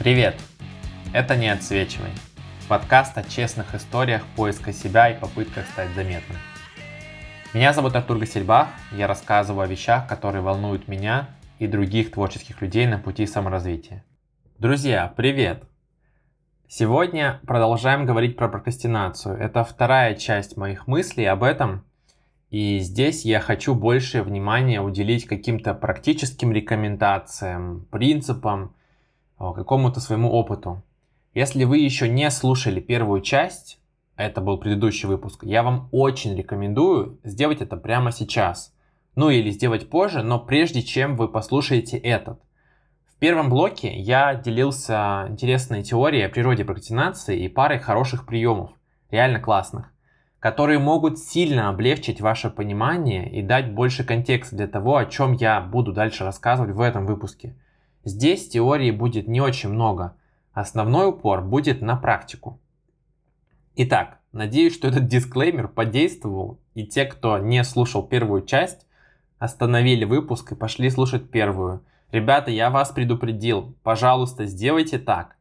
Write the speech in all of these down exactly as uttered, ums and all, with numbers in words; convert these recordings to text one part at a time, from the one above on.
Привет! Это «Не отсвечивай» – подкаст о честных историях поиска себя и попытках стать заметным. Меня зовут Артур Гасельбах, я рассказываю о вещах, которые волнуют меня и других творческих людей на пути саморазвития. Друзья, привет! Сегодня продолжаем говорить про прокрастинацию. Это вторая часть моих мыслей об этом. И здесь я хочу больше внимания уделить каким-то практическим рекомендациям, принципам, какому-то своему опыту. Если вы еще не слушали первую часть, это был предыдущий выпуск, я вам очень рекомендую сделать это прямо сейчас. Ну или сделать позже, но прежде чем вы послушаете этот. В первом блоке я делился интересной теорией о природе прокрастинации и парой хороших приемов, реально классных, которые могут сильно облегчить ваше понимание и дать больше контекста для того, о чем я буду дальше рассказывать в этом выпуске. Здесь теории будет не очень много, основной упор будет на практику. Итак, надеюсь, что этот дисклеймер подействовал, и те, кто не слушал первую часть, остановили выпуск и пошли слушать первую. Ребята, я вас предупредил, пожалуйста, сделайте так.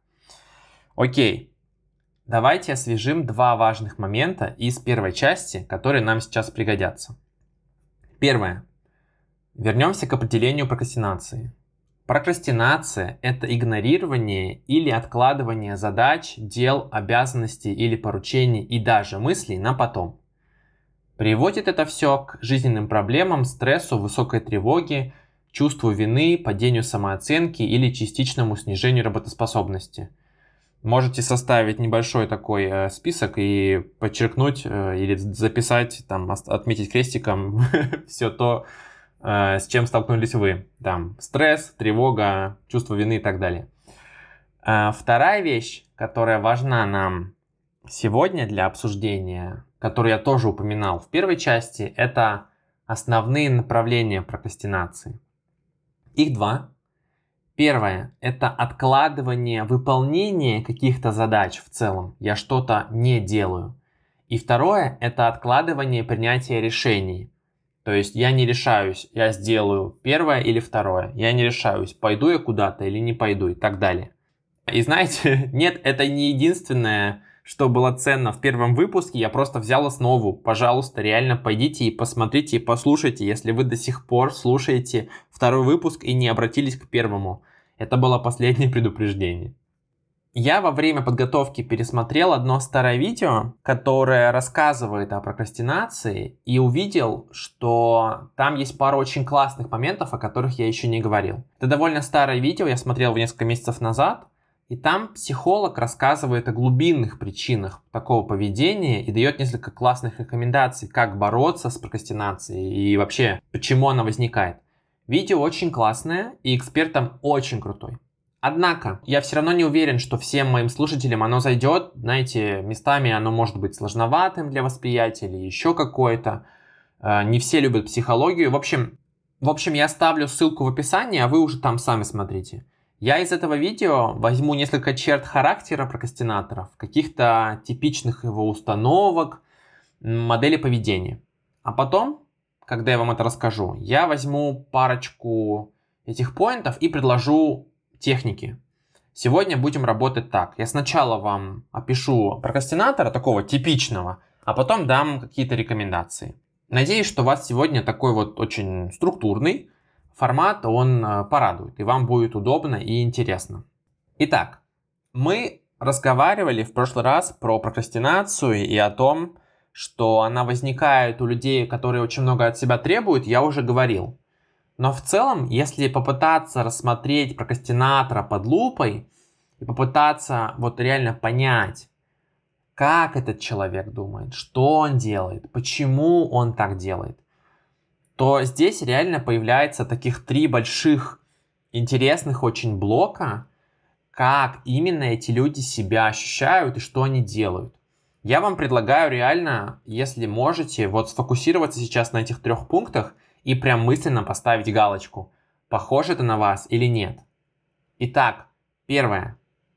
Окей, давайте освежим два важных момента из первой части, которые нам сейчас пригодятся. Первое. Вернемся к определению прокрастинации. Прокрастинация – это игнорирование или откладывание задач, дел, обязанностей или поручений и даже мыслей на потом. Приводит это все к жизненным проблемам, стрессу, высокой тревоге, чувству вины, падению самооценки или частичному снижению работоспособности. Можете составить небольшой такой э, список и подчеркнуть э, или записать, там, отметить крестиком все то, с чем столкнулись вы. Там стресс, тревога, чувство вины и так далее. Вторая вещь, которая важна нам сегодня для обсуждения, которую я тоже упоминал в первой части, это основные направления прокрастинации. Их два. Первое – это откладывание выполнения каких-то задач в целом. Я что-то не делаю. И второе – это откладывание принятия решений. То есть я не решаюсь, я сделаю первое или второе. Я не решаюсь, пойду я куда-то или не пойду и так далее. И знаете, нет, это не единственное, что было ценно в первом выпуске. Я просто взял основу. Пожалуйста, реально пойдите и посмотрите и послушайте, если вы до сих пор слушаете второй выпуск и не обратились к первому. Это было последнее предупреждение. Я во время подготовки пересмотрел одно старое видео, которое рассказывает о прокрастинации, и увидел, что там есть пара очень классных моментов, о которых я еще не говорил. Это довольно старое видео, я смотрел его несколько месяцев назад, и там психолог рассказывает о глубинных причинах такого поведения и дает несколько классных рекомендаций, как бороться с прокрастинацией и вообще, почему она возникает. Видео очень классное, и эксперт там очень крутой. Однако, я все равно не уверен, что всем моим слушателям оно зайдет. Знаете, местами оно может быть сложноватым для восприятия или еще какое-то. Не все любят психологию. В общем, в общем, я оставлю ссылку в описании, а вы уже там сами смотрите. Я из этого видео возьму несколько черт характера прокрастинаторов, каких-то типичных его установок, модели поведения. А потом, когда я вам это расскажу, я возьму парочку этих поинтов и предложу техники. Сегодня будем работать так. Я сначала вам опишу прокрастинатора, такого типичного, а потом дам какие-то рекомендации. Надеюсь, что у вас сегодня такой вот очень структурный формат, он порадует, и вам будет удобно и интересно. Итак, мы разговаривали в прошлый раз про прокрастинацию и о том, что она возникает у людей, которые очень много от себя требуют, я уже говорил. Но в целом, если попытаться рассмотреть прокрастинатора под лупой и попытаться вот реально понять, как этот человек думает, что он делает, почему он так делает, то здесь реально появляется таких три больших интересных очень блока, как именно эти люди себя ощущают и что они делают. Я вам предлагаю реально, если можете, вот сфокусироваться сейчас на этих трех пунктах и прям мысленно поставить галочку, похоже это на вас или нет. Итак, первое.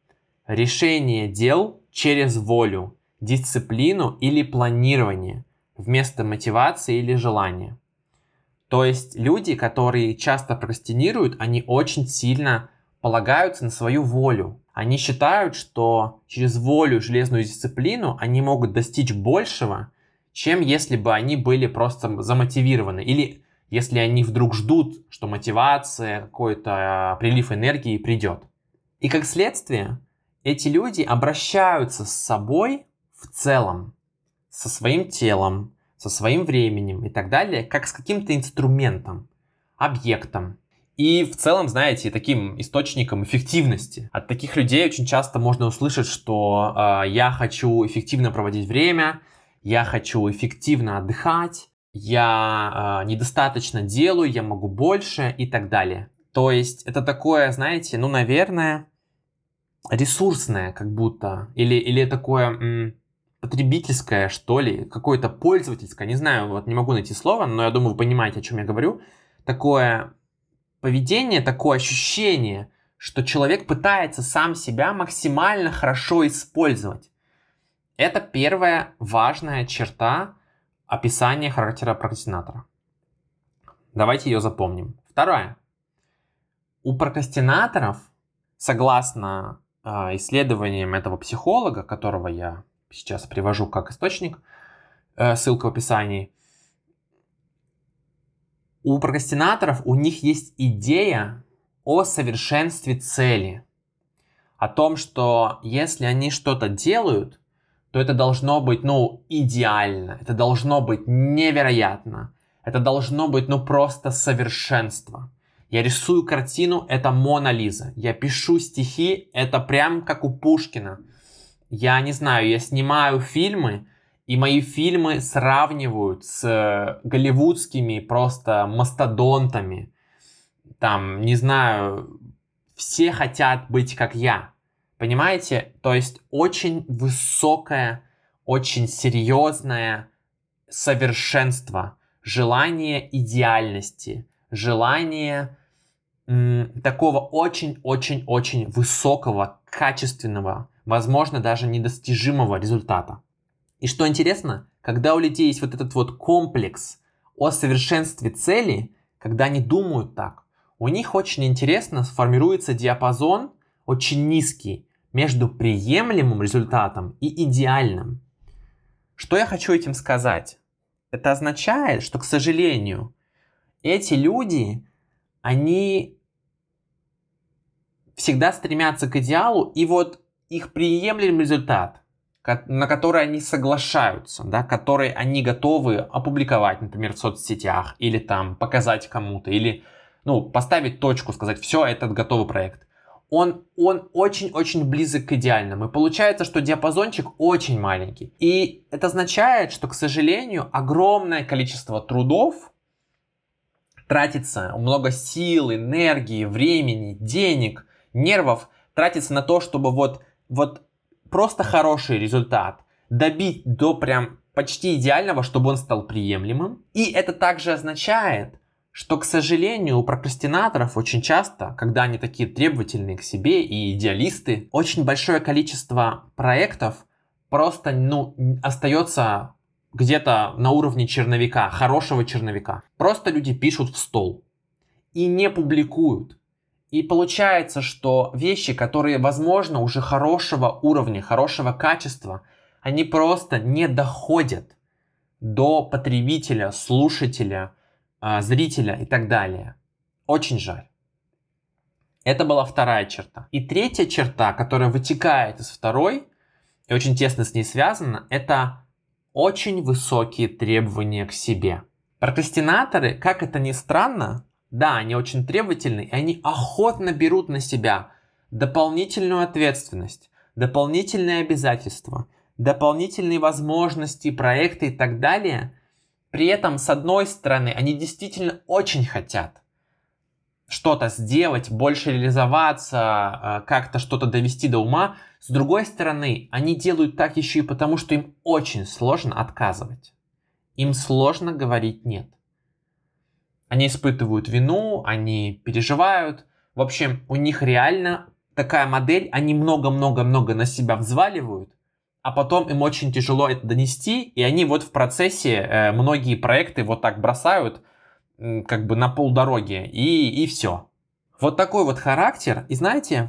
Решение дел через волю, дисциплину или планирование вместо мотивации или желания. То есть люди, которые часто прокрастинируют, они очень сильно полагаются на свою волю. Они считают, что через волю, железную дисциплину они могут достичь большего, чем если бы они были просто замотивированы. Или если они вдруг ждут, что мотивация, какой-то прилив энергии придет. И как следствие, эти люди обращаются с собой в целом, со своим телом, со своим временем и так далее, как с каким-то инструментом, объектом. И в целом, знаете, таким источником эффективности. От таких людей очень часто можно услышать, что э, я хочу эффективно проводить время, я хочу эффективно отдыхать, я э, недостаточно делаю, я могу больше и так далее. То есть это такое, знаете, ну, наверное, ресурсное как будто, или, или такое м, потребительское, что ли, какое-то пользовательское, не знаю, вот не могу найти слово, но я думаю, вы понимаете, о чем я говорю. Такое поведение, такое ощущение, что человек пытается сам себя максимально хорошо использовать. Это первая важная черта описания характера прокрастинатора. Давайте ее запомним. Вторая. У прокрастинаторов, согласно э, исследованиям этого психолога, которого я сейчас привожу как источник, э, ссылка в описании, у прокрастинаторов у них есть идея о совершенстве цели. О том, что если они что-то делают, то это должно быть, ну, идеально. Это должно быть невероятно. Это должно быть, ну, просто совершенство. Я рисую картину, это Мона Лиза. Я пишу стихи, это прям как у Пушкина. Я не знаю, я снимаю фильмы, и мои фильмы сравнивают с голливудскими просто мастодонтами. Там, не знаю, все хотят быть как я. Понимаете? То есть очень высокое, очень серьезное совершенство. Желание идеальности. Желание м, такого очень-очень-очень высокого, качественного, возможно, даже недостижимого результата. И что интересно, когда у людей есть вот этот вот комплекс о совершенстве цели, когда они думают так, у них очень интересно сформируется диапазон очень низкий между приемлемым результатом и идеальным. Что я хочу этим сказать? Это означает, что, к сожалению, эти люди, они всегда стремятся к идеалу, и вот их приемлемый результат, на который они соглашаются, да, который они готовы опубликовать, например, в соцсетях, или там показать кому-то, или ну, поставить точку, сказать, все, этот готовый проект. Он, он очень-очень близок к идеальному. И получается, что диапазончик очень маленький. И это означает, что, к сожалению, огромное количество трудов тратится, много сил, энергии, времени, денег, нервов тратится на то, чтобы вот, вот просто хороший результат добить до прям почти идеального, чтобы он стал приемлемым. И это также означает, что, к сожалению, у прокрастинаторов очень часто, когда они такие требовательные к себе и идеалисты, очень большое количество проектов просто, ну, остается где-то на уровне черновика, хорошего черновика. Просто люди пишут в стол и не публикуют. И получается, что вещи, которые, возможно, уже хорошего уровня, хорошего качества, они просто не доходят до потребителя, слушателя, зрителя и так далее. Очень жаль. Это была вторая черта. И третья черта, которая вытекает из второй и очень тесно с ней связана, это очень высокие требования к себе. Прокрастинаторы, как это ни странно, да, они очень требовательны, и они охотно берут на себя дополнительную ответственность, дополнительные обязательства, дополнительные возможности, проекты и так далее. При этом, с одной стороны, они действительно очень хотят что-то сделать, больше реализоваться, как-то что-то довести до ума. С другой стороны, они делают так еще и потому, что им очень сложно отказывать. Им сложно говорить «нет». Они испытывают вину, они переживают. В общем, у них реально такая модель, они много-много-много на себя взваливают, а потом им очень тяжело это донести, и они вот в процессе э, многие проекты вот так бросают, э, как бы на полдороги, и, и все. Вот такой вот характер. И знаете,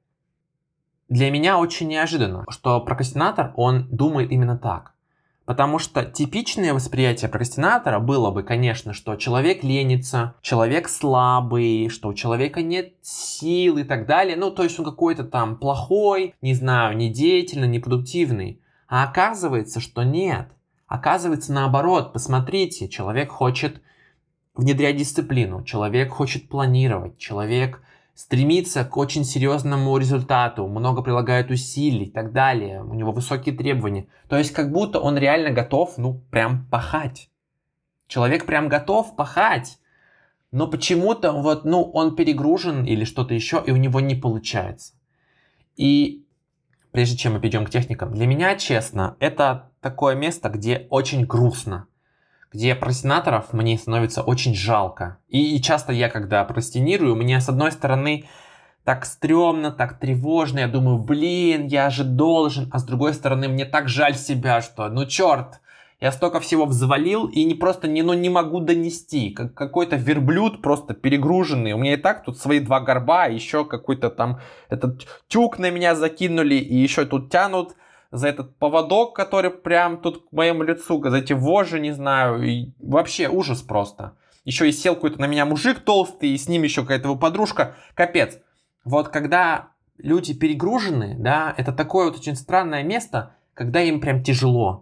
для меня очень неожиданно, что прокрастинатор, он думает именно так. Потому что типичное восприятие прокрастинатора было бы, конечно, что человек ленится, человек слабый, что у человека нет сил и так далее. Ну, то есть он какой-то там плохой, не знаю, недеятельный, непродуктивный. А оказывается, что нет. Оказывается, наоборот, посмотрите, человек хочет внедрять дисциплину, человек хочет планировать, человек стремится к очень серьезному результату, много прилагает усилий и так далее, у него высокие требования. То есть как будто он реально готов, ну, прям пахать. Человек прям готов пахать, но почему-то вот, ну, он перегружен или что-то еще, и у него не получается. И прежде чем мы перейдем к техникам, для меня, честно, это такое место, где очень грустно, где прокрастинаторов мне становится очень жалко. И, и часто я, когда прокрастинирую, мне с одной стороны так стрёмно, так тревожно, я думаю, блин, я же должен, а с другой стороны мне так жаль себя, что ну черт, я столько всего взвалил и не просто не, ну, не могу донести, как какой-то верблюд просто перегруженный, у меня и так тут свои два горба, еще какой-то там этот тюк на меня закинули и еще тут тянут за этот поводок, который прям тут к моему лицу, за эти вожжи, не знаю, и вообще ужас просто. Еще и сел какой-то на меня мужик толстый, и с ним еще какая-то его подружка, капец. Вот когда люди перегружены, да, это такое вот очень странное место, когда им прям тяжело.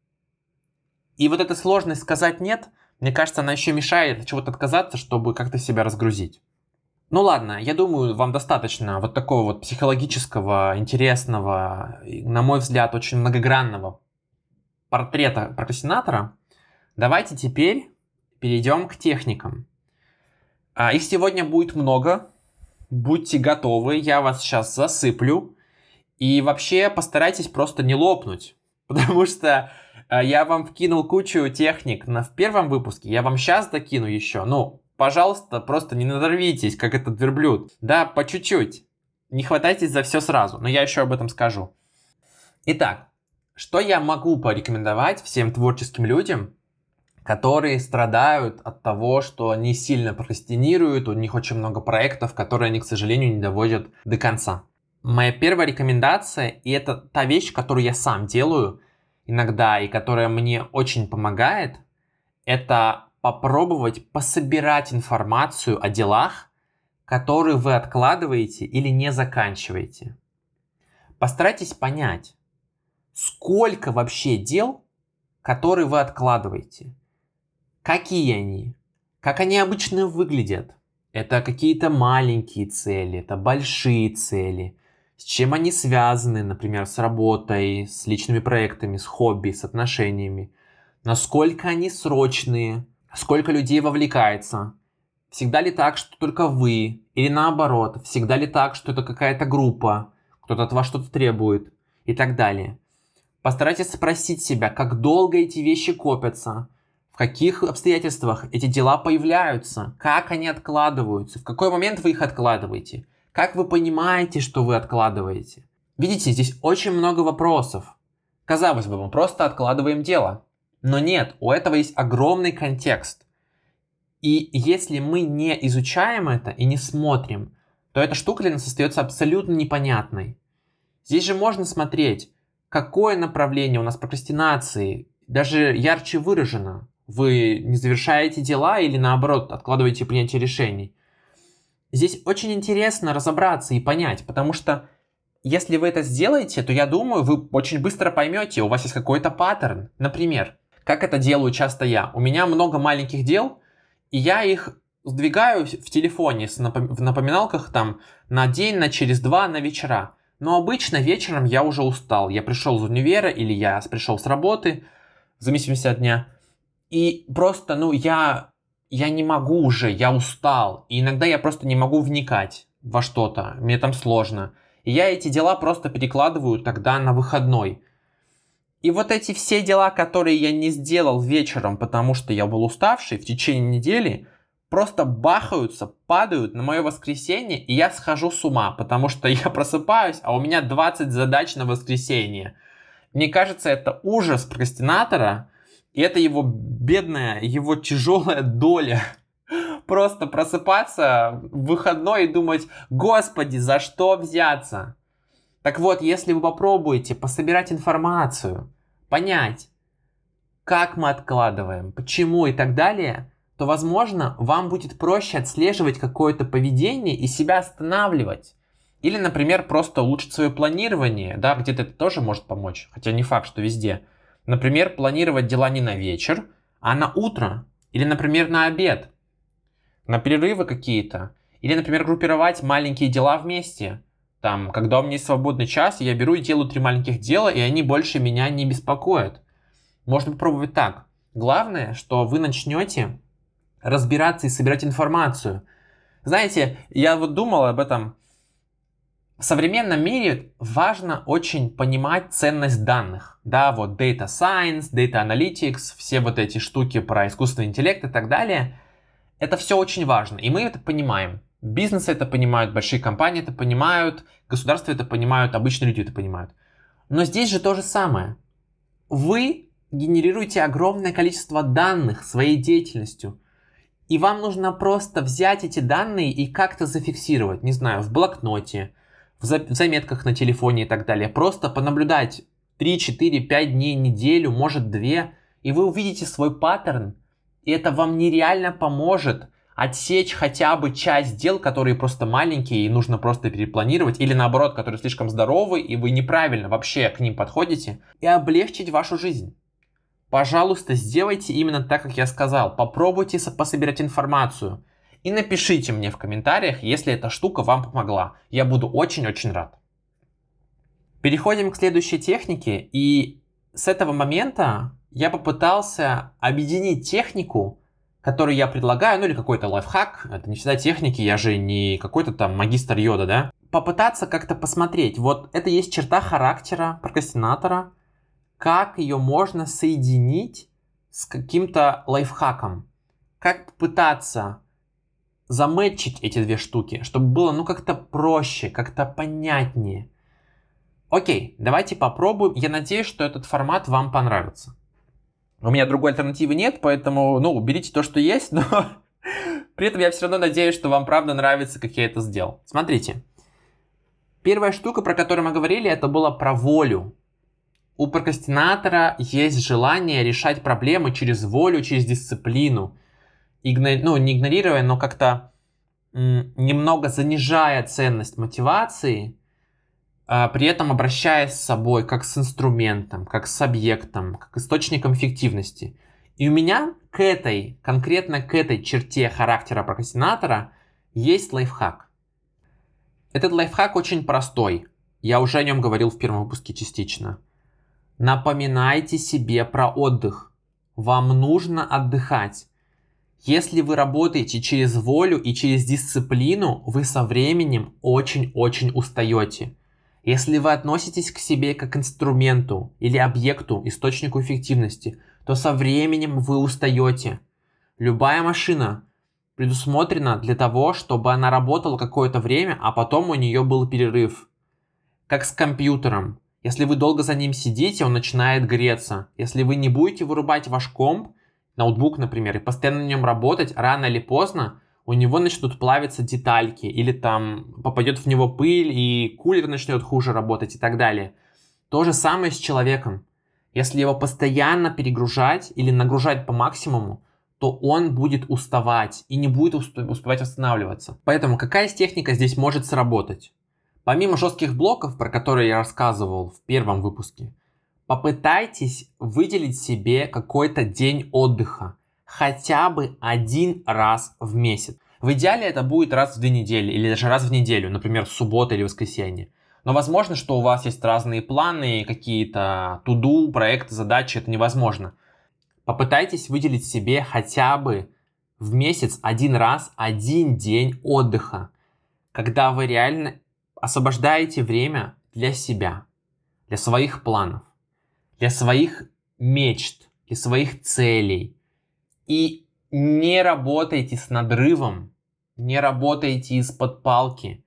И вот эта сложность сказать «нет», мне кажется, она еще мешает от чего-то отказаться, чтобы как-то себя разгрузить. Ну ладно, я думаю, вам достаточно вот такого вот психологического, интересного, на мой взгляд, очень многогранного портрета прокрастинатора. Давайте теперь перейдем к техникам. Их сегодня будет много, будьте готовы, я вас сейчас засыплю. И вообще постарайтесь просто не лопнуть, потому что я вам вкинул кучу техник на, в первом выпуске, я вам сейчас докину еще, ну... Пожалуйста, просто не надорвитесь, как этот верблюд. Да, по чуть-чуть. Не хватайтесь за все сразу, но я еще об этом скажу. Итак, что я могу порекомендовать всем творческим людям, которые страдают от того, что они сильно прокрастинируют, у них очень много проектов, которые они, к сожалению, не доводят до конца. Моя первая рекомендация, и это та вещь, которую я сам делаю иногда, и которая мне очень помогает, это попробовать пособирать информацию о делах, которые вы откладываете или не заканчиваете. Постарайтесь понять, сколько вообще дел, которые вы откладываете, какие они, как они обычно выглядят. Это какие-то маленькие цели, это большие цели, с чем они связаны, например, с работой, с личными проектами, с хобби, с отношениями, насколько они срочные, сколько людей вовлекается? Всегда ли так, что только вы? Или наоборот, всегда ли так, что это какая-то группа, кто-то от вас что-то требует и так далее? Постарайтесь спросить себя, как долго эти вещи копятся, в каких обстоятельствах эти дела появляются, как они откладываются, в какой момент вы их откладываете, как вы понимаете, что вы откладываете. Видите, здесь очень много вопросов. Казалось бы, мы просто откладываем дело. Но нет, у этого есть огромный контекст. И если мы не изучаем это и не смотрим, то эта штука для нас остается абсолютно непонятной. Здесь же можно смотреть, какое направление у нас прокрастинации даже ярче выражено. Вы не завершаете дела или наоборот откладываете принятие решений. Здесь очень интересно разобраться и понять, потому что если вы это сделаете, то я думаю, вы очень быстро поймете, у вас есть какой-то паттерн. Например, как это делаю часто я. У меня много маленьких дел, и я их сдвигаю в телефоне в напоминалках там на день, на через два, на вечера. Но обычно вечером я уже устал. Я пришел из универа или я пришел с работы, в зависимости от дня. И просто, ну, я, я не могу уже, я устал. И иногда я просто не могу вникать во что-то, мне там сложно. И я эти дела просто перекладываю тогда на выходной. И вот эти все дела, которые я не сделал вечером, потому что я был уставший в течение недели, просто бахаются, падают на мое воскресенье, и я схожу с ума, потому что я просыпаюсь, а у меня двадцать задач на воскресенье. Мне кажется, это ужас прокрастинатора, и это его бедная, его тяжелая доля просто просыпаться в выходной и думать: господи, за что взяться? Так вот, если вы попробуете пособирать информацию, понять, как мы откладываем, почему и так далее, то, возможно, вам будет проще отслеживать какое-то поведение и себя останавливать. Или, например, просто улучшить свое планирование, да, где-то это тоже может помочь, хотя не факт, что везде. Например, планировать дела не на вечер, а на утро. Или, например, на обед, на перерывы какие-то. Или, например, группировать маленькие дела вместе. Там, когда у меня есть свободный час, я беру и делаю три маленьких дела, и они больше меня не беспокоят. Можно попробовать так. Главное, что вы начнете разбираться и собирать информацию. Знаете, я вот думал об этом. В современном мире важно очень понимать ценность данных. Да, вот Data Science, Data Analytics, все вот эти штуки про искусственный интеллект и так далее. Это все очень важно, и мы это понимаем. Бизнесы это понимают, большие компании это понимают, государства это понимают, обычные люди это понимают. Но здесь же то же самое. Вы генерируете огромное количество данных своей деятельностью. И вам нужно просто взять эти данные и как-то зафиксировать, не знаю, в блокноте, в заметках на телефоне и так далее. Просто понаблюдать три, четыре, пять дней, неделю, может две, и вы увидите свой паттерн, и это вам нереально поможет отсечь хотя бы часть дел, которые просто маленькие и нужно просто перепланировать, или наоборот, которые слишком здоровы, и вы неправильно вообще к ним подходите, и облегчить вашу жизнь. Пожалуйста, сделайте именно так, как я сказал. Попробуйте пособирать информацию. И напишите мне в комментариях, если эта штука вам помогла. Я буду очень-очень рад. Переходим к следующей технике. И с этого момента я попытался объединить технику, которую я предлагаю, ну или какой-то лайфхак. Это не всегда техники, я же не какой-то там магистр йода, да? Попытаться как-то посмотреть. Вот это есть черта характера прокрастинатора. Как ее можно соединить с каким-то лайфхаком? Как попытаться замэтчить эти две штуки, чтобы было ну как-то проще, как-то понятнее. Окей, давайте попробуем. Я надеюсь, что этот формат вам понравится. У меня другой альтернативы нет, поэтому, ну, берите то, что есть, но при этом я все равно надеюсь, что вам правда нравится, как я это сделал. Смотрите. Первая штука, про которую мы говорили, это было про волю. У прокрастинатора есть желание решать проблемы через волю, через дисциплину. Игно... Ну, не игнорируя, но как-то м- немного занижая ценность мотивации, а, при этом обращаясь с собой как с инструментом, как с объектом, как источником эффективности. И у меня к этой, конкретно к этой черте характера прокрастинатора есть лайфхак. Этот лайфхак очень простой. Я уже о нем говорил в первом выпуске частично. Напоминайте себе про отдых. Вам нужно отдыхать. Если вы работаете через волю и через дисциплину, вы со временем очень-очень устаете. Если вы относитесь к себе как к инструменту или объекту, источнику эффективности, то со временем вы устаете. Любая машина предусмотрена для того, чтобы она работала какое-то время, а потом у нее был перерыв. Как с компьютером. Если вы долго за ним сидите, он начинает греться. Если вы не будете вырубать ваш комп, ноутбук, например, и постоянно на нем работать, рано или поздно у него начнут плавиться детальки, или там попадет в него пыль, и кулер начнет хуже работать и так далее. То же самое с человеком. Если его постоянно перегружать или нагружать по максимуму, то он будет уставать и не будет успевать восстанавливаться. Поэтому какая из техника здесь может сработать? Помимо жестких блоков, про которые я рассказывал в первом выпуске, попытайтесь выделить себе какой-то день отдыха. Хотя бы один раз в месяц. В идеале это будет раз в две недели или даже раз в неделю, например, суббота или воскресенье. Но возможно, что у вас есть разные планы, какие-то to-do, проекты, задачи, это невозможно. Попытайтесь выделить себе хотя бы в месяц один раз, один день отдыха, когда вы реально освобождаете время для себя, для своих планов, для своих мечт, для своих целей. И не работайте с надрывом, не работайте из-под палки,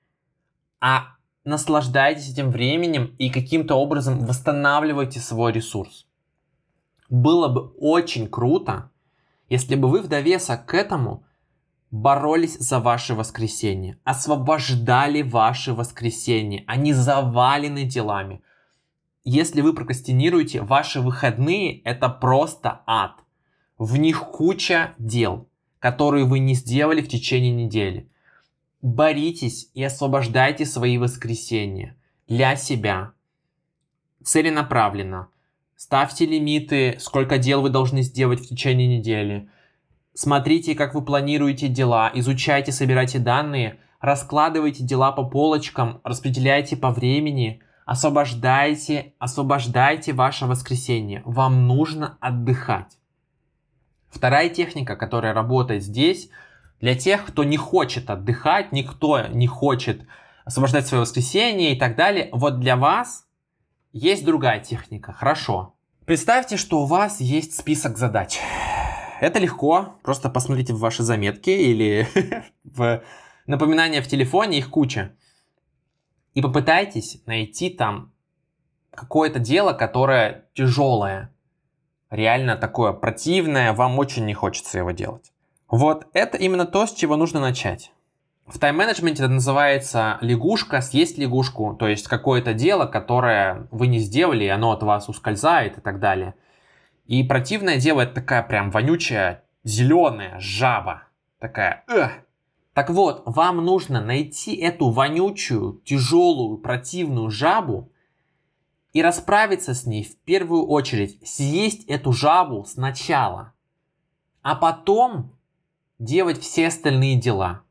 а наслаждайтесь этим временем и каким-то образом восстанавливайте свой ресурс. Было бы очень круто, если бы вы в довесок к этому боролись за ваше воскресенье, освобождали ваше воскресенье. Они завалены делами. Если вы прокрастинируете, ваши выходные — это просто ад. В них куча дел, которые вы не сделали в течение недели. Боритесь и освобождайте свои воскресенья для себя. Целенаправленно. Ставьте лимиты, сколько дел вы должны сделать в течение недели. Смотрите, как вы планируете дела, изучайте, собирайте данные, раскладывайте дела по полочкам, распределяйте по времени, освобождайте, освобождайте ваше воскресенье. Вам нужно отдыхать. Вторая техника, которая работает здесь, для тех, кто не хочет отдыхать, никто не хочет освобождать свое воскресенье и так далее, вот для вас есть другая техника. Хорошо. Представьте, что у вас есть список задач. Это легко, просто посмотрите в ваши заметки или в напоминания в телефоне, их куча. И попытайтесь найти там какое-то дело, которое тяжелое, реально такое противное, вам очень не хочется его делать. Вот это именно то, с чего нужно начать. В тайм-менеджменте это называется лягушка, съесть лягушку, то есть какое-то дело, которое вы не сделали, и оно от вас ускользает и так далее. И противное дело — это такая прям вонючая зеленая жаба. Такая. Эх. Так вот, вам нужно найти эту вонючую, тяжелую, противную жабу и расправиться с ней в первую очередь. Съесть эту жабу сначала, а потом делать все остальные дела.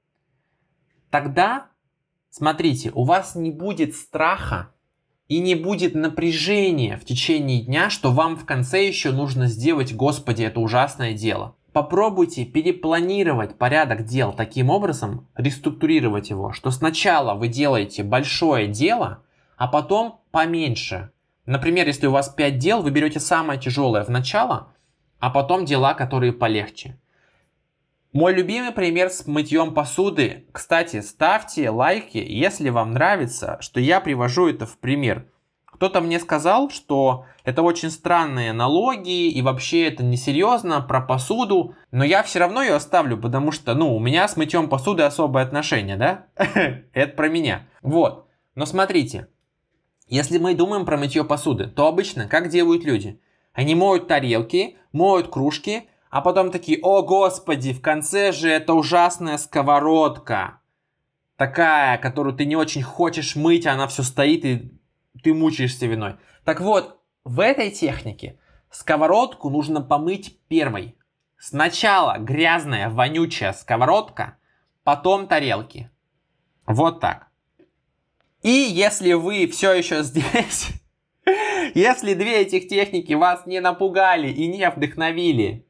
Тогда, смотрите, у вас не будет страха и не будет напряжения в течение дня, что вам в конце еще нужно сделать, Господи, это ужасное дело. Попробуйте перепланировать порядок дел таким образом, реструктурировать его, что сначала вы делаете большое дело, а потом поменьше. Например, если у вас пять дел, вы берете самое тяжелое в начало, а потом дела, которые полегче. Мой любимый пример с мытьем посуды. Кстати, ставьте лайки, если вам нравится, что я привожу это в пример. Кто-то мне сказал, что это очень странные аналогии и вообще это несерьезно про посуду, но я все равно ее оставлю, потому что, ну, у меня с мытьем посуды особое отношение, да? Это про меня. Вот. Но смотрите, если мы думаем про мытье посуды, то обычно как делают люди? Они моют тарелки, моют кружки, а потом такие: о господи, в конце же это ужасная сковородка. Такая, которую ты не очень хочешь мыть, а она все стоит и ты мучаешься виной. Так вот, в этой технике сковородку нужно помыть первой. Сначала грязная, вонючая сковородка, потом тарелки. Вот так. И если вы все еще здесь, если две этих техники вас не напугали и не вдохновили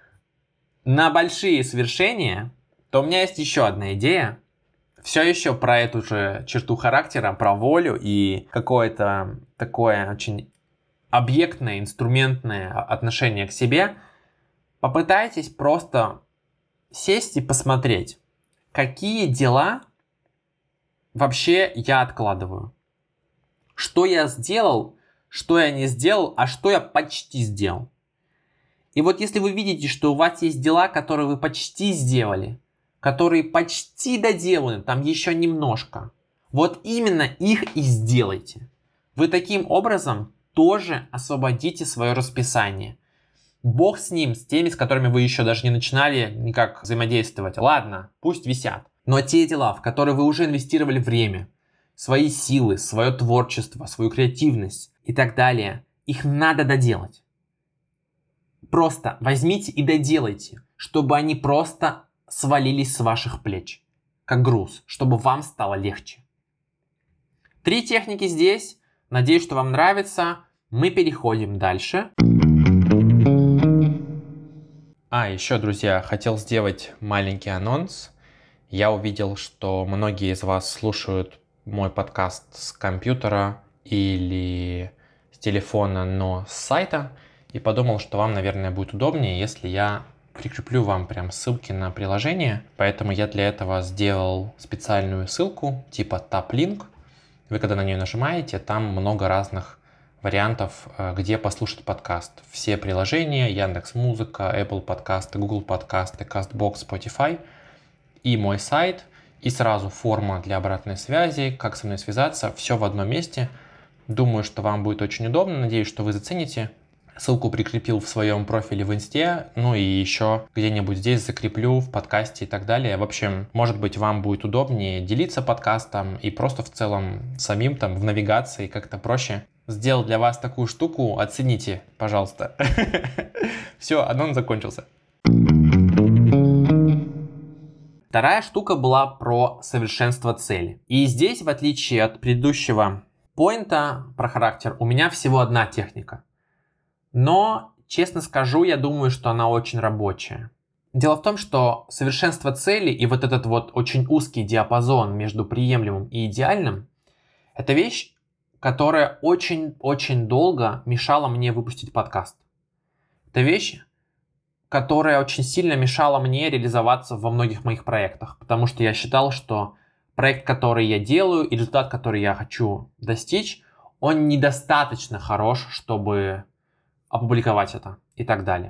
на большие свершения, то у меня есть еще одна идея. Все еще про эту же черту характера, про волю и какое-то такое очень объектное, инструментное отношение к себе. Попытайтесь просто сесть и посмотреть, какие дела вообще я откладываю. Что я сделал, что я не сделал, а что я почти сделал. И вот если вы видите, что у вас есть дела, которые вы почти сделали, которые почти доделаны, там еще немножко, вот именно их и сделайте. Вы таким образом тоже освободите свое расписание. Бог с ним, с теми, с которыми вы еще даже не начинали никак взаимодействовать. Ладно, пусть висят. Но те дела, в которые вы уже инвестировали время, свои силы, свое творчество, свою креативность и так далее, их надо доделать. Просто возьмите и доделайте, чтобы они просто свалились с ваших плеч, как груз, чтобы вам стало легче. Три техники здесь. Надеюсь, что вам нравится. Мы переходим дальше. А, еще, друзья, хотел сделать маленький анонс. Я увидел, что многие из вас слушают мой подкаст с компьютера или с телефона, но с сайта. И подумал, что вам, наверное, будет удобнее, если я прикреплю вам прям ссылки на приложение. Поэтому я для этого сделал специальную ссылку типа TapLink. Вы когда на нее нажимаете, там много разных вариантов, где послушать подкаст. Все приложения: Яндекс.Музыка, Apple подкасты, Google подкасты, CastBox, Spotify. и мой сайт, и сразу форма для обратной связи, как со мной связаться, все в одном месте. Думаю, что вам будет очень удобно, надеюсь, что вы зацените. Ссылку прикрепил в своем профиле в Инсте, ну и еще где-нибудь здесь закреплю в подкасте и так далее. В общем, может быть, вам будет удобнее делиться подкастом и просто в целом самим там в навигации как-то проще. Сделал для вас такую штуку, оцените, пожалуйста. Все, аддон закончился. Вторая штука была про совершенство цели. И здесь, в отличие от предыдущего поинта про характер, у меня всего одна техника. Но, честно скажу, я думаю, что она очень рабочая. Дело в том, что совершенство цели и вот этот вот очень узкий диапазон между приемлемым и идеальным – это вещь, которая очень-очень долго мешала мне выпустить подкаст. Это вещь, которая очень сильно мешала мне реализоваться во многих моих проектах, потому что я считал, что проект, который я делаю, и результат, который я хочу достичь, он недостаточно хорош, чтобы опубликовать это и так далее.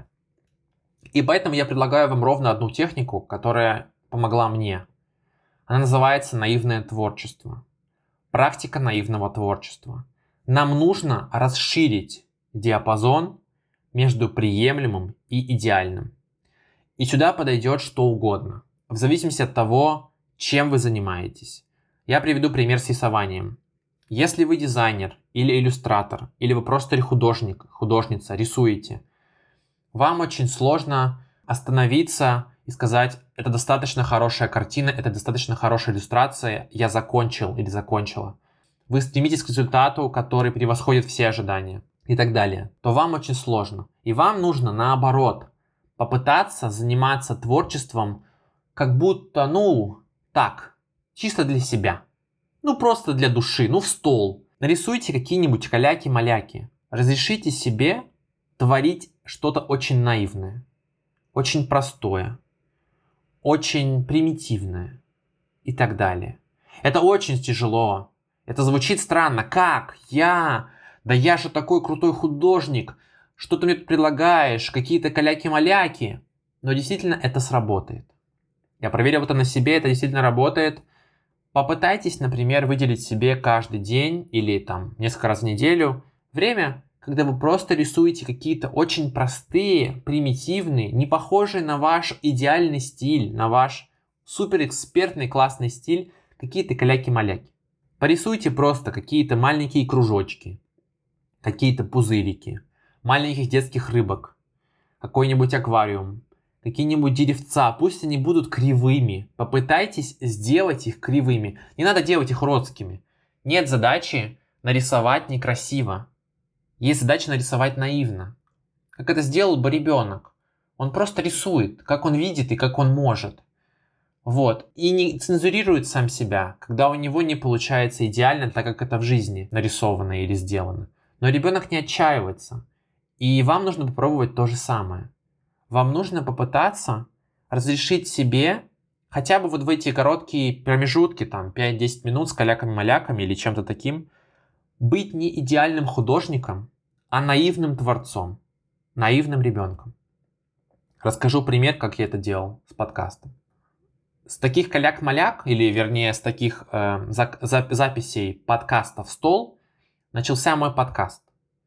И поэтому я предлагаю вам ровно одну технику, которая помогла мне. Она называется наивное творчество. Практика наивного творчества. Нам нужно расширить диапазон между приемлемым и идеальным. И сюда подойдет что угодно, в зависимости от того, чем вы занимаетесь. Я приведу пример с рисованием. Если вы дизайнер или иллюстратор, или вы просто художник, художница, рисуете, вам очень сложно остановиться и сказать, это достаточно хорошая картина, это достаточно хорошая иллюстрация, я закончил или закончила. Вы стремитесь к результату, который превосходит все ожидания и так далее, то вам очень сложно. И вам нужно, наоборот, попытаться заниматься творчеством как будто, ну, так, чисто для себя. Ну, просто для души, ну, в стол. Нарисуйте какие-нибудь каляки-маляки. Разрешите себе творить что-то очень наивное, очень простое, очень примитивное и так далее. Это очень тяжело. Это звучит странно. Как? Я? Да я же такой крутой художник. Что ты мне тут предлагаешь? Какие-то каляки-маляки. Но действительно это сработает. Я проверил это на себе, это действительно работает. Попытайтесь, например, выделить себе каждый день или там несколько раз в неделю время, когда вы просто рисуете какие-то очень простые, примитивные, не похожие на ваш идеальный стиль, на ваш суперэкспертный классный стиль, какие-то каляки-маляки. Порисуйте просто какие-то маленькие кружочки, какие-то пузырики, маленьких детских рыбок, какой-нибудь аквариум, какие-нибудь деревца, пусть они будут кривыми. Попытайтесь сделать их кривыми. Не надо делать их родскими. Нет задачи нарисовать некрасиво. Есть задача нарисовать наивно. Как это сделал бы ребенок. Он просто рисует, как он видит и как он может. Вот. И не цензурирует сам себя, когда у него не получается идеально, так как это в жизни нарисовано или сделано. Но ребенок не отчаивается. И вам нужно попробовать то же самое. Вам нужно попытаться разрешить себе хотя бы вот в эти короткие промежутки, там пять-десять минут с каляками-маляками или чем-то таким, быть не идеальным художником, а наивным творцом, наивным ребенком. Расскажу пример, как я это делал с подкастом. С таких каляк-маляк, или вернее с таких э, за, за, записей подкаста в стол, начался мой подкаст.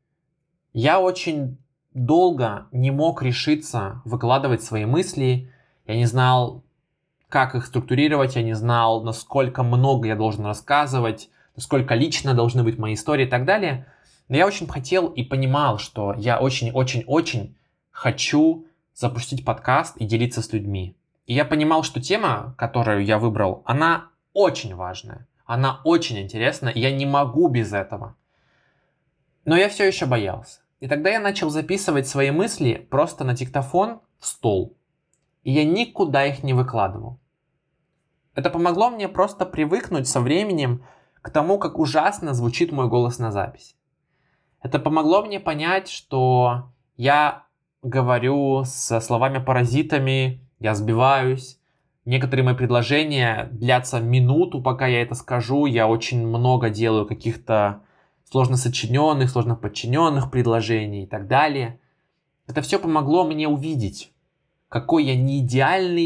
Я очень долго не мог решиться выкладывать свои мысли, я не знал, как их структурировать, я не знал, насколько много я должен рассказывать, насколько лично должны быть мои истории и так далее. Но я очень хотел и понимал, что я очень-очень-очень хочу запустить подкаст и делиться с людьми. И я понимал, что тема, которую я выбрал, она очень важная, она очень интересна, и я не могу без этого. Но я все еще боялся. И тогда я начал записывать свои мысли просто на диктофон в стол. И я никуда их не выкладывал. Это помогло мне просто привыкнуть со временем к тому, как ужасно звучит мой голос на записи. Это помогло мне понять, что я говорю со словами-паразитами, я сбиваюсь. Некоторые мои предложения длятся минуту, пока я это скажу. Я очень много делаю каких-то сложно сочиненных, сложно подчиненных предложений и так далее. Это все помогло мне увидеть, какой я не идеальный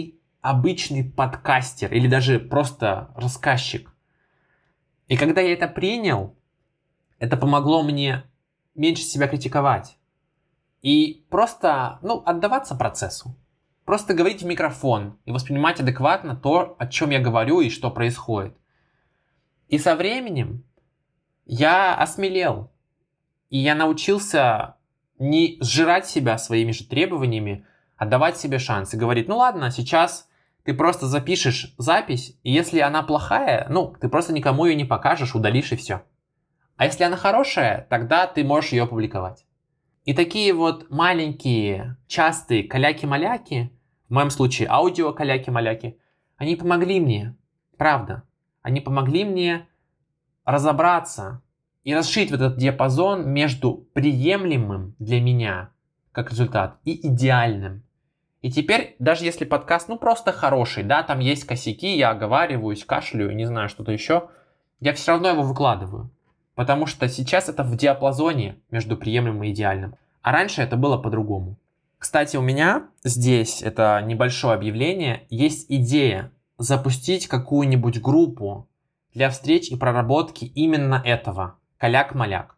обычный подкастер или даже просто рассказчик. И когда я это принял, это помогло мне меньше себя критиковать. И просто, ну, отдаваться процессу. Просто говорить в микрофон и воспринимать адекватно то, о чем я говорю и что происходит. И со временем я осмелел. И я научился не сжирать себя своими же требованиями, а давать себе шанс. И говорить, ну ладно, сейчас ты просто запишешь запись, и если она плохая, ну, ты просто никому ее не покажешь, удалишь и все. А если она хорошая, тогда ты можешь ее опубликовать. И такие вот маленькие, частые каляки-маляки, в моем случае аудио-каляки-маляки, они помогли мне, правда, они помогли мне разобраться и расширить вот этот диапазон между приемлемым для меня, как результат, и идеальным. И теперь, даже если подкаст, ну, просто хороший, да, там есть косяки, я оговариваюсь, кашляю, не знаю, что-то еще, я все равно его выкладываю. Потому что сейчас это в диапазоне между приемлемым и идеальным. А раньше это было по-другому. Кстати, у меня здесь, это небольшое объявление, есть идея запустить какую-нибудь группу для встреч и проработки именно этого. Каляк-маляк.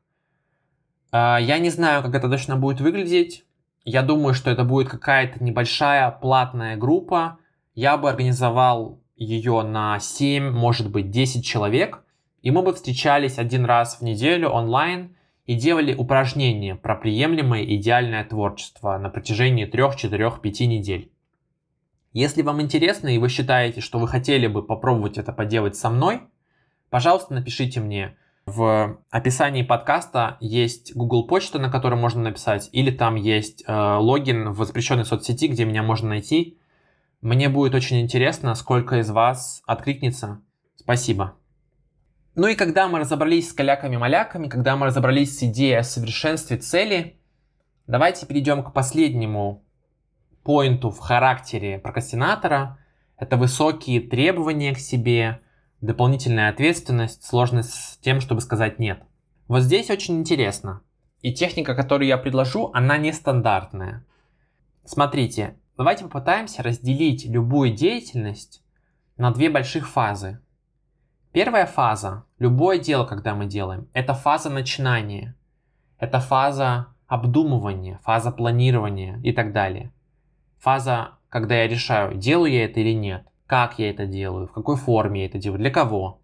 Я не знаю, как это точно будет выглядеть. Я думаю, что это будет какая-то небольшая платная группа. Я бы организовал ее на семь, может быть, десять человек. И мы бы встречались один раз в неделю онлайн и делали упражнения про приемлемое и идеальное творчество на протяжении трех, четырех, пяти недель. Если вам интересно и вы считаете, что вы хотели бы попробовать это поделать со мной, пожалуйста, напишите мне. В описании подкаста есть Google почта, на которой можно написать, или там есть э, логин в запрещенной соцсети, где меня можно найти. Мне будет очень интересно, сколько из вас откликнется. Спасибо. Ну и когда мы разобрались с каляками-маляками, когда мы разобрались с идеей о совершенстве цели, давайте перейдем к последнему поинту в характере прокрастинатора. Это высокие требования к себе, дополнительная ответственность, сложность с тем, чтобы сказать «нет». Вот здесь очень интересно. И техника, которую я предложу, она нестандартная. Смотрите, давайте попытаемся разделить любую деятельность на две больших фазы. Первая фаза, любое дело, когда мы делаем, это фаза начинания, это фаза обдумывания, фаза планирования и так далее. Фаза, когда я решаю, делаю я это или нет, как я это делаю, в какой форме я это делаю, для кого.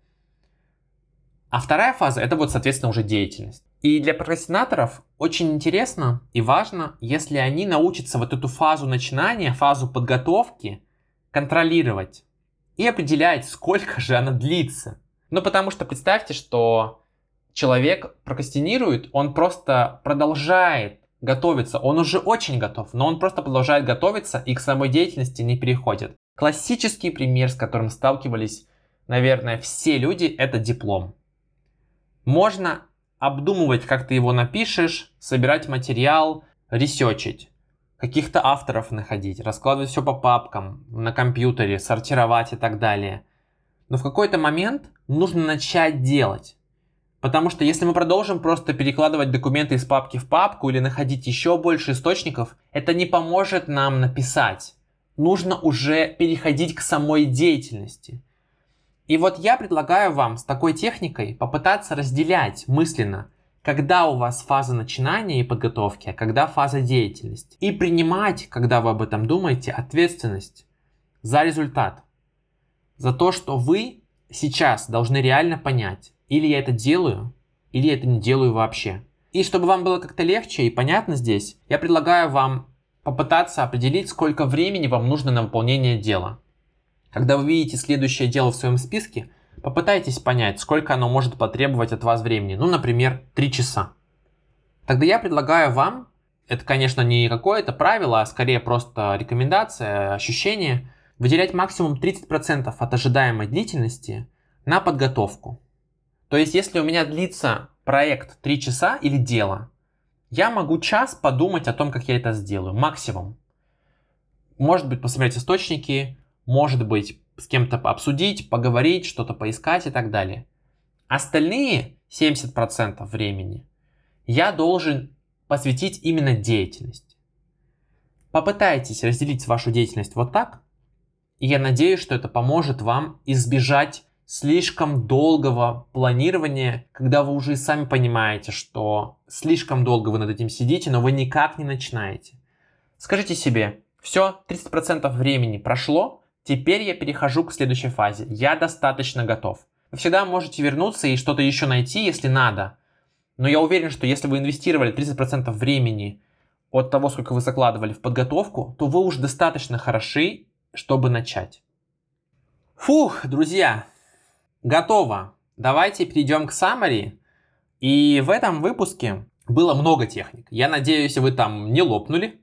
А вторая фаза, это вот, соответственно, уже деятельность. И для прокрастинаторов очень интересно и важно, если они научатся вот эту фазу начинания, фазу подготовки контролировать. И определять, сколько же она длится. Ну, потому что представьте, что человек прокрастинирует, он просто продолжает готовиться. Он уже очень готов, но он просто продолжает готовиться и к самой деятельности не переходит. Классический пример, с которым сталкивались, наверное, все люди, это диплом. Можно обдумывать, как ты его напишешь, собирать материал, ресерчить. Каких-то авторов находить, раскладывать все по папкам, на компьютере, сортировать и так далее. Но в какой-то момент нужно начать делать. Потому что если мы продолжим просто перекладывать документы из папки в папку или находить еще больше источников, это не поможет нам написать. Нужно уже переходить к самой деятельности. И вот я предлагаю вам с такой техникой попытаться разделять мысленно, когда у вас фаза начинания и подготовки, а когда фаза деятельности. И принимать, когда вы об этом думаете, ответственность за результат. За то, что вы сейчас должны реально понять, или я это делаю, или я это не делаю вообще. И чтобы вам было как-то легче и понятно здесь, я предлагаю вам попытаться определить, сколько времени вам нужно на выполнение дела. Когда вы видите следующее дело в своем списке, попытайтесь понять, сколько оно может потребовать от вас времени. Ну, например, три часа. Тогда я предлагаю вам, это, конечно, не какое-то правило, а скорее просто рекомендация, ощущение, выделять максимум тридцать процентов от ожидаемой длительности на подготовку. То есть, если у меня длится проект три часа или дело, я могу час подумать о том, как я это сделаю, максимум. Может быть, посмотреть источники, может быть, с кем-то обсудить, поговорить, что-то поискать и так далее. Остальные семьдесят процентов времени я должен посвятить именно деятельности. Попытайтесь разделить вашу деятельность вот так И я надеюсь, что это поможет вам избежать слишком долгого планирования, когда вы уже и сами понимаете, что слишком долго вы над этим сидите, но вы никак не начинаете. Скажите себе, все, тридцать процентов времени прошло, теперь я перехожу к следующей фазе. Я достаточно готов. Вы всегда можете вернуться и что-то еще найти, если надо. Но я уверен, что если вы инвестировали тридцать процентов времени от того, сколько вы закладывали в подготовку, то вы уже достаточно хороши, чтобы начать. Фух, друзья, готово. Давайте перейдем к summary. И в этом выпуске было много техник. Я надеюсь, вы там не лопнули.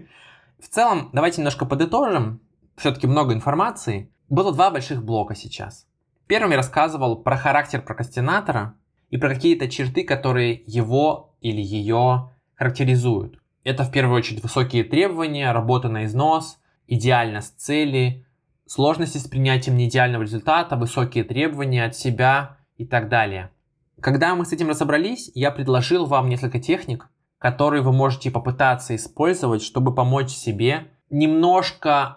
В целом, давайте немножко подытожим. Все-таки много информации. Было два больших блока сейчас. Первым я рассказывал про характер прокрастинатора и про какие-то черты, которые его или ее характеризуют. Это в первую очередь высокие требования, работа на износ, идеальность цели, сложности с принятием неидеального результата, высокие требования от себя и так далее. Когда мы с этим разобрались, я предложил вам несколько техник, которые вы можете попытаться использовать, чтобы помочь себе немножко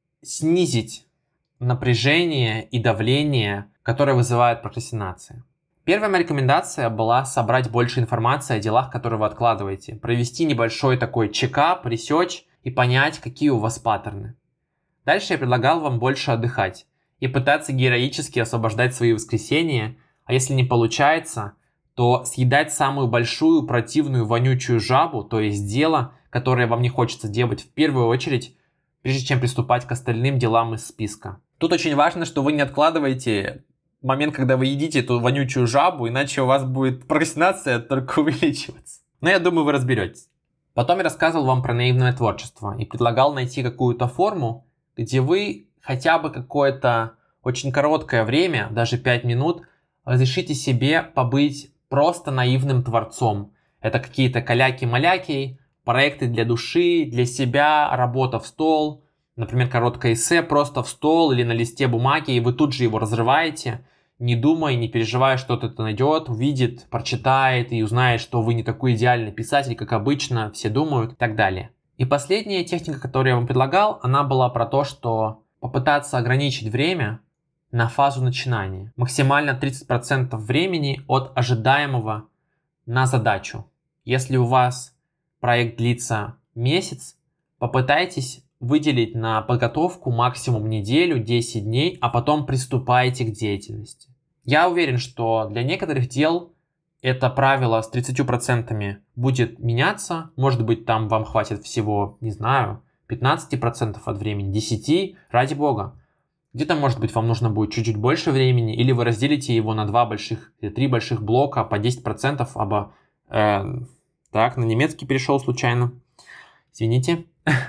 снизить напряжение и давление, которое вызывает прокрастинация. Первая моя рекомендация была собрать больше информации о делах, которые вы откладываете, провести небольшой такой чекап, ресерч и понять, какие у вас паттерны. Дальше я предлагал вам больше отдыхать и пытаться героически освобождать свои воскресенья, а если не получается, то съедать самую большую противную вонючую жабу, то есть дело, которое вам не хочется делать в первую очередь, прежде чем приступать к остальным делам из списка. Тут очень важно, что вы не откладываете момент, когда вы едите эту вонючую жабу, иначе у вас будет прокрастинация только увеличиваться. Но я думаю, вы разберетесь. Потом я рассказывал вам про наивное творчество и предлагал найти какую-то форму, где вы хотя бы какое-то очень короткое время, даже пять минут, разрешите себе побыть просто наивным творцом. Это какие-то каляки-маляки, проекты для души, для себя, работа в стол, например, короткое эссе просто в стол или на листе бумаги, и вы тут же его разрываете, не думая, не переживая, что кто-то найдет, увидит, прочитает и узнает, что вы не такой идеальный писатель, как обычно все думают и так далее. И последняя техника, которую я вам предлагал, она была про то, что попытаться ограничить время на фазу начинания. Максимально тридцать процентов времени от ожидаемого на задачу. Если у вас проект длится месяц, попытайтесь выделить на подготовку максимум неделю, десять дней, а потом приступайте к деятельности. Я уверен, что для некоторых дел это правило с тридцатью процентами будет меняться. Может быть, там вам хватит всего, не знаю, пятнадцать процентов от времени, десять процентов, ради бога. Где-то, может быть, вам нужно будет чуть-чуть больше времени, или вы разделите его на два больших или три больших блока по десять процентов. Обо... Э, так, на немецкий перешел случайно. Извините.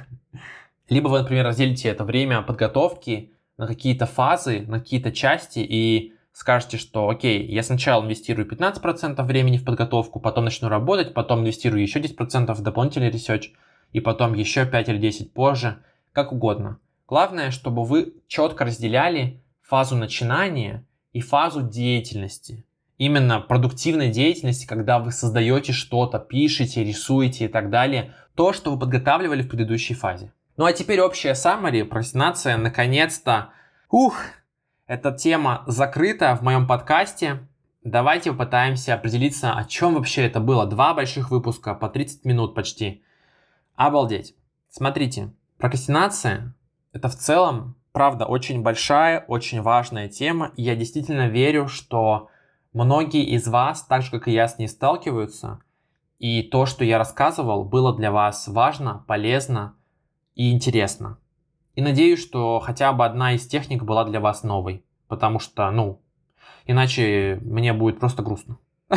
Либо вы, например, разделите это время подготовки на какие-то фазы, на какие-то части и скажете, что окей, я сначала инвестирую пятнадцать процентов времени в подготовку, потом начну работать, потом инвестирую еще десять процентов в дополнительный ресерч, и потом еще пять или десять позже, как угодно. Главное, чтобы вы четко разделяли фазу начинания и фазу деятельности. Именно продуктивной деятельности, когда вы создаете что-то, пишете, рисуете и так далее. То, что вы подготавливали в предыдущей фазе. Ну а теперь общая summary, прокрастинация, наконец-то. Ух, эта тема закрыта в моем подкасте. Давайте попытаемся определиться, о чем вообще это было. Два больших выпуска по тридцать минут почти. Обалдеть. Смотрите, прокрастинация — это в целом, правда, очень большая, очень важная тема. И я действительно верю, что многие из вас, так же как и я, с ней сталкиваются. И то, что я рассказывал, было для вас важно, полезно и интересно. И надеюсь, что хотя бы одна из техник была для вас новой. Потому что, ну, иначе мне будет просто грустно.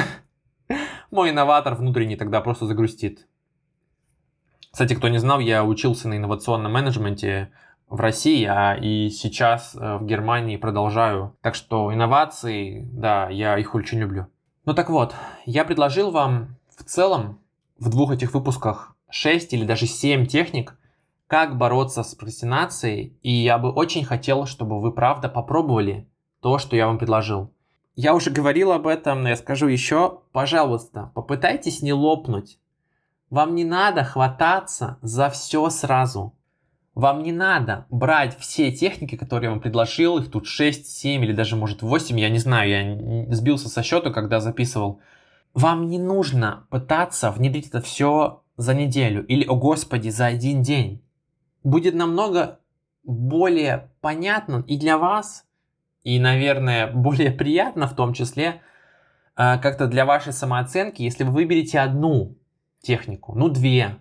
Мой инноватор внутренний тогда просто загрустит. Кстати, кто не знал, я учился на инновационном менеджменте в России, а и сейчас в Германии продолжаю. Так что инновации, да, я их очень люблю. Ну так вот, я предложил вам в целом в двух этих выпусках шесть или даже семь техник, как бороться с прокрастинацией, и я бы очень хотел, чтобы вы правда попробовали то, что я вам предложил. Я уже говорил об этом, но я скажу еще, пожалуйста, попытайтесь не лопнуть. Вам не надо хвататься за все сразу. Вам не надо брать все техники, которые я вам предложил, их тут шесть, семь или даже может восемь, я не знаю, я сбился со счета, когда записывал. Вам не нужно пытаться внедрить это все за неделю или, о господи, за один день. Будет намного более понятно и для вас, и, наверное, более приятно в том числе, как-то для вашей самооценки, если вы выберете одну технику, ну две,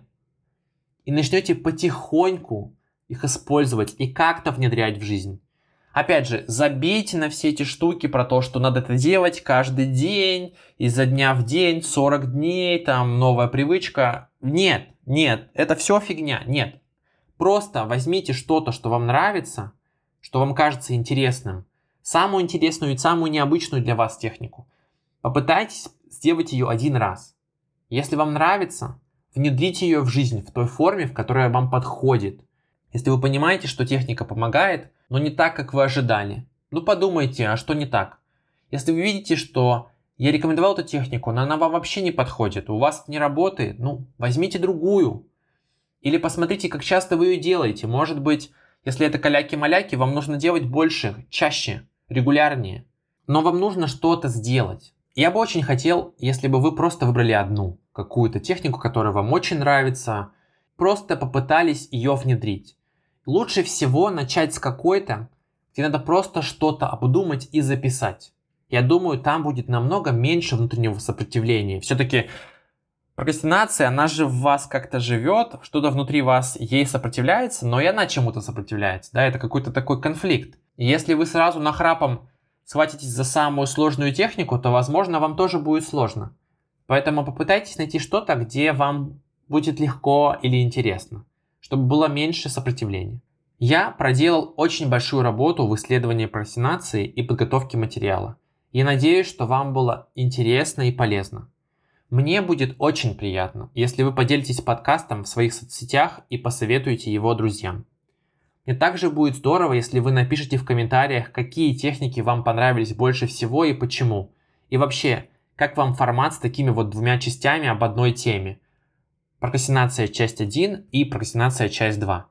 и начнете потихоньку их использовать и как-то внедрять в жизнь. Опять же, забейте на все эти штуки про то, что надо это делать каждый день, изо дня в день, сорок дней, там новая привычка. Нет, нет, это все фигня, нет. Просто возьмите что-то, что вам нравится, что вам кажется интересным, самую интересную и самую необычную для вас технику. Попытайтесь сделать ее один раз. Если вам нравится, внедрите ее в жизнь в той форме, в которой вам подходит. Если вы понимаете, что техника помогает, но не так, как вы ожидали, ну подумайте, а что не так? Если вы видите, что я рекомендовал эту технику, но она вам вообще не подходит, у вас не работает, ну возьмите другую. Или посмотрите, как часто вы ее делаете. Может быть, если это каляки-маляки, вам нужно делать больше, чаще, регулярнее. Но вам нужно что-то сделать. Я бы очень хотел, если бы вы просто выбрали одну, какую-то технику, которая вам очень нравится, просто попытались ее внедрить. Лучше всего начать с какой-то, где надо просто что-то обдумать и записать. Я думаю, там будет намного меньше внутреннего сопротивления. Все-таки прокрастинация, она же в вас как-то живет, что-то внутри вас ей сопротивляется, но и она чему-то сопротивляется. Да? Это какой-то такой конфликт. И если вы сразу нахрапом схватитесь за самую сложную технику, то, возможно, вам тоже будет сложно. Поэтому попытайтесь найти что-то, где вам будет легко или интересно, чтобы было меньше сопротивления. Я проделал очень большую работу в исследовании прокрастинации и подготовке материала. И надеюсь, что вам было интересно и полезно. Мне будет очень приятно, если вы поделитесь подкастом в своих соцсетях и посоветуете его друзьям. Мне также будет здорово, если вы напишите в комментариях, какие техники вам понравились больше всего и почему. И вообще, как вам формат с такими вот двумя частями об одной теме. Прокрастинация часть один и прокрастинация часть два.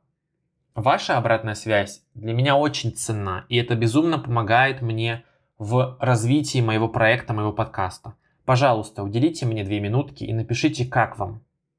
Ваша обратная связь для меня очень ценна, и это безумно помогает мне в развитии моего проекта, моего подкаста. Пожалуйста, уделите мне две минутки и напишите, как вам.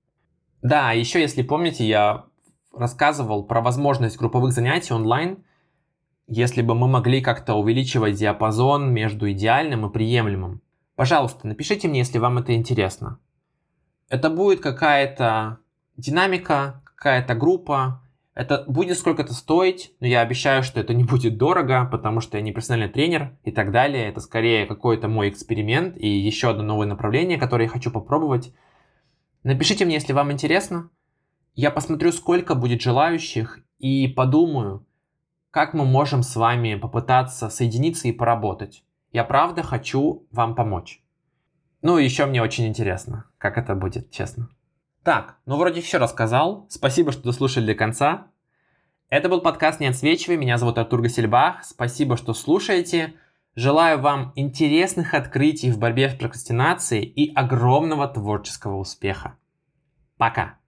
Да, еще если помните, я рассказывал про возможность групповых занятий онлайн, если бы мы могли как-то увеличивать диапазон между идеальным и приемлемым. Пожалуйста, напишите мне, если вам это интересно. Это будет какая-то динамика, какая-то группа. Это будет сколько-то стоить, но я обещаю, что это не будет дорого, потому что я не профессиональный тренер и так далее. Это скорее какой-то мой эксперимент и еще одно новое направление, которое я хочу попробовать. Напишите мне, если вам интересно. Я посмотрю, сколько будет желающих, и подумаю, как мы можем с вами попытаться соединиться и поработать. Я правда хочу вам помочь. Ну и еще мне очень интересно, как это будет, честно. Так, ну вроде все рассказал. Спасибо, что дослушали до конца. Это был подкаст «Не отсвечивай». Меня зовут Артур Гасельбах. Спасибо, что слушаете. Желаю вам интересных открытий в борьбе с прокрастинацией и огромного творческого успеха. Пока!